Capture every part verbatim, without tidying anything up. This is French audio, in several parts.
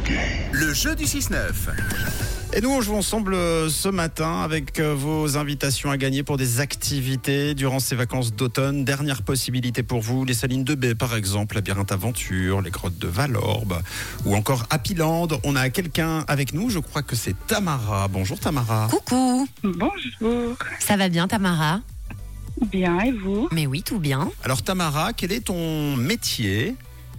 Le jeu du six neuf. Et nous, on joue ensemble ce matin avec vos invitations à gagner pour des activités durant ces vacances d'automne. Dernière possibilité pour vous, les salines de baie par exemple, Labyrinthe Aventure, les grottes de Valorbe ou encore Happyland. On a quelqu'un avec nous, je crois que c'est Tamara. Bonjour Tamara. Coucou. Bonjour. Ça va bien Tamara? Bien, et vous? Mais oui, tout bien. Alors Tamara, quel est ton métier?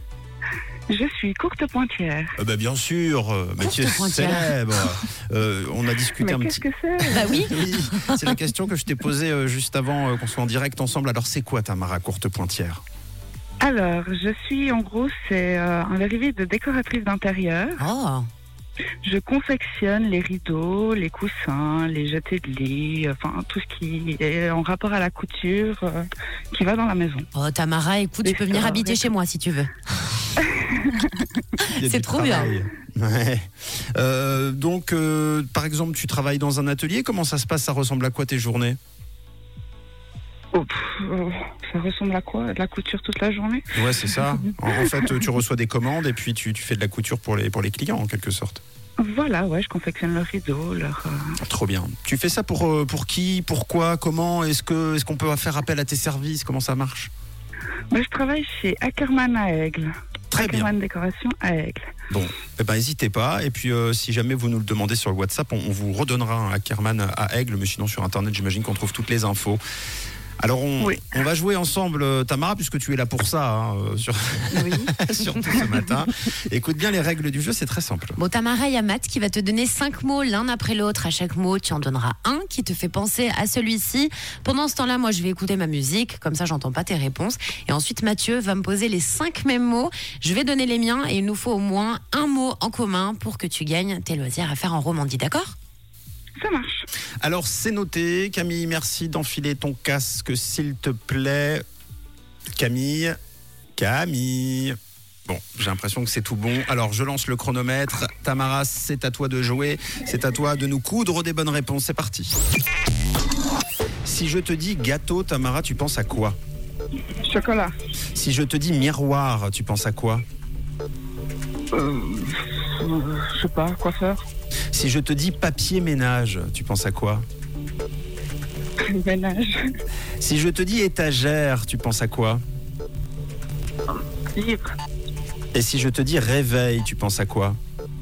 Je suis courte pointière. Euh, bah, bien sûr, euh, métier célèbre. Euh, on a discuté Mais un qu'est-ce petit que c'est? Bah oui. Oui, c'est la question que je t'ai posée euh, juste avant euh, qu'on soit en direct ensemble. Alors c'est quoi Tamara, courte pointière? Alors, je suis, en gros, c'est euh, un dérivé de décoratrice d'intérieur. Oh. Je confectionne les rideaux, les coussins, les jetés de lit, enfin tout ce qui est en rapport à la couture euh, qui va dans la maison. Oh Tamara, écoute, tu peux venir habiter chez moi si tu veux. Il y a C'est du trop travail. Ouais. Euh, donc, euh, par exemple, tu travailles dans un atelier. Comment ça se passe? Ça ressemble à quoi tes journées? Oh, pff, euh, ça ressemble à quoi? De la couture toute la journée? Ouais, c'est ça. En, en fait, tu reçois des commandes et puis tu, tu fais de la couture pour les, pour les clients, en quelque sorte. Voilà, ouais, je confectionne leurs rideaux, leur... Euh... Trop bien. Tu fais ça pour, euh, pour qui? Pourquoi? Comment? Est-ce que, est-ce qu'on peut faire appel à tes services? Comment ça marche? Moi, je travaille chez Ackerman à Aigle. Très bien. Ackerman Décoration à Aigle. Bon, eh ben, n'hésitez pas. Et puis, euh, si jamais vous nous le demandez sur le WhatsApp, on, on vous redonnera un Ackerman à Aigle. Mais sinon, sur Internet, j'imagine qu'on trouve toutes les infos. Alors, on, oui. on va jouer ensemble, Tamara, puisque tu es là pour ça, hein, sur... oui. surtout ce matin. Écoute bien les règles du jeu, c'est très simple. Bon Tamara, il y a Matt qui va te donner cinq mots l'un après l'autre. À chaque mot, tu en donneras un qui te fait penser à celui-ci. Pendant ce temps-là, moi, je vais écouter ma musique, comme ça, j'entends pas tes réponses. Et ensuite, Mathieu va me poser les cinq mêmes mots. Je vais donner les miens et il nous faut au moins un mot en commun pour que tu gagnes tes loisirs à faire en Romandie, d'accord ? Ça marche. Alors, c'est noté. Camille, merci d'enfiler ton casque, s'il te plaît. Camille, Camille. Bon, j'ai l'impression que c'est tout bon. Alors, je lance le chronomètre. Tamara, c'est à toi de jouer. C'est à toi de nous coudre des bonnes réponses. C'est parti. Si je te dis gâteau, Tamara, tu penses à quoi? Chocolat. Si je te dis miroir, tu penses à quoi? Euh, euh, je sais pas, coiffeur. Si je te dis papier ménage, tu penses à quoi? Ménage. Si je te dis étagère, tu penses à quoi? Livre. Et si je te dis réveil, tu penses à quoi?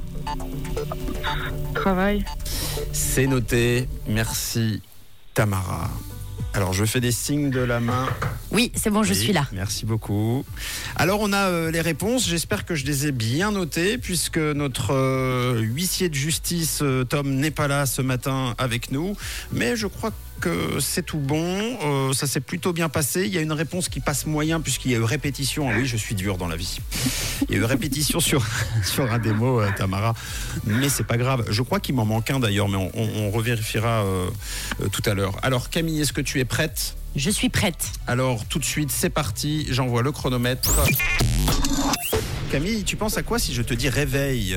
Travail. C'est noté. Merci, Tamara. Alors, je fais des signes de la main. Oui, c'est bon, je Oui, suis là. Merci beaucoup. Alors, on a euh, les réponses. J'espère que je les ai bien notées, puisque notre euh, huissier de justice, euh, Tom, n'est pas là ce matin avec nous. Mais je crois que c'est tout bon. Euh, ça s'est plutôt bien passé. Il y a une réponse qui passe moyen, puisqu'il y a eu répétition. Ah oui, je suis dur dans la vie. Il y a eu répétition sur, sur un des mots, euh, Tamara. Mais c'est pas grave. Je crois qu'il m'en manque un d'ailleurs, mais on, on, on revérifiera euh, euh, tout à l'heure. Alors, Camille, est-ce que tu es prête? Je suis prête. Alors, tout de suite, c'est parti. J'envoie le chronomètre. Camille, tu penses à quoi si je te dis réveil?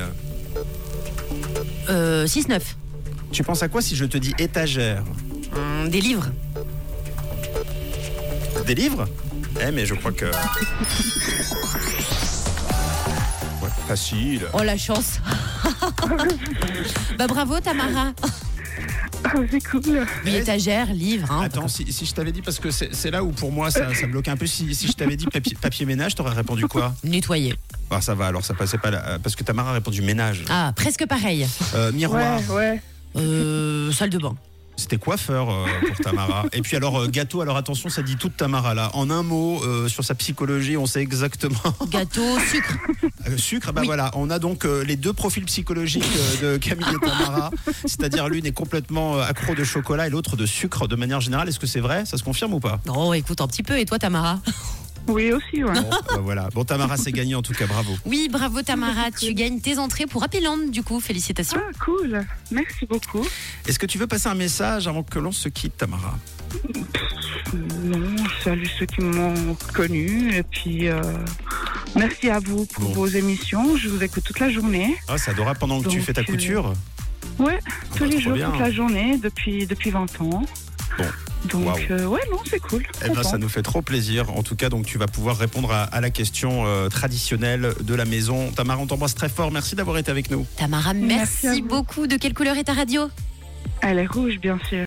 Euh, six neuf. Tu penses à quoi si je te dis étagère? Hum, des livres. Des livres? Eh, mais je crois que... Ouais, facile. Oh la chance. Bah bravo Tamara. Ah, c'est cool. Oui, étagère, livre. Hein, Attends, si, si je t'avais dit, parce que c'est, c'est là où pour moi ça, ça bloque un peu, si, si je t'avais dit papier, papier ménage, t'aurais répondu quoi? nettoyer. Ah, ça va, alors ça passait pas là, parce que Tamara a répondu ménage. Ah, presque pareil. Euh, miroir. Ouais, ouais. Euh, salle de bain. C'était coiffeur euh, pour Tamara. Et puis alors, euh, gâteau, alors attention, ça dit tout de Tamara là. En un mot, euh, sur sa psychologie, on sait exactement. Gâteau, sucre. Euh, sucre, bah Oui. voilà, on a donc euh, les deux profils psychologiques euh, de Camille et Tamara. C'est-à-dire l'une est complètement euh, accro de chocolat et l'autre de sucre de manière générale. Est-ce que c'est vrai? Ça se confirme ou pas? Oh, écoute un petit peu. Et toi Tamara? Oui, aussi, ouais. Bon, bah voilà. Bon, Tamara, c'est gagné en tout cas, bravo. Oui, bravo Tamara. Tu gagnes tes entrées pour Happyland du coup. Félicitations. Ah, cool. Merci beaucoup. Est-ce que tu veux passer un message avant que l'on se quitte, Tamara? Non, je salue ceux qui m'ont connu. Et puis, euh, merci à vous pour Bon. vos émissions. Je vous écoute toute la journée. Ah, c'est adorable pendant que tu Donc, fais ta euh, couture. Ouais, Ah tous bah, les trop jours, bien. toute la journée, depuis, depuis vingt ans. Bon, Donc, Waouh. euh, ouais, non, c'est cool. Eh ben, ça Contente. nous fait trop plaisir. En tout cas, donc tu vas pouvoir répondre à, à la question euh, traditionnelle de la maison. Tamara, on t'embrasse très fort. Merci d'avoir été avec nous. Tamara, Merci à merci vous. beaucoup. De quelle couleur est ta radio ? Elle est rouge, bien sûr.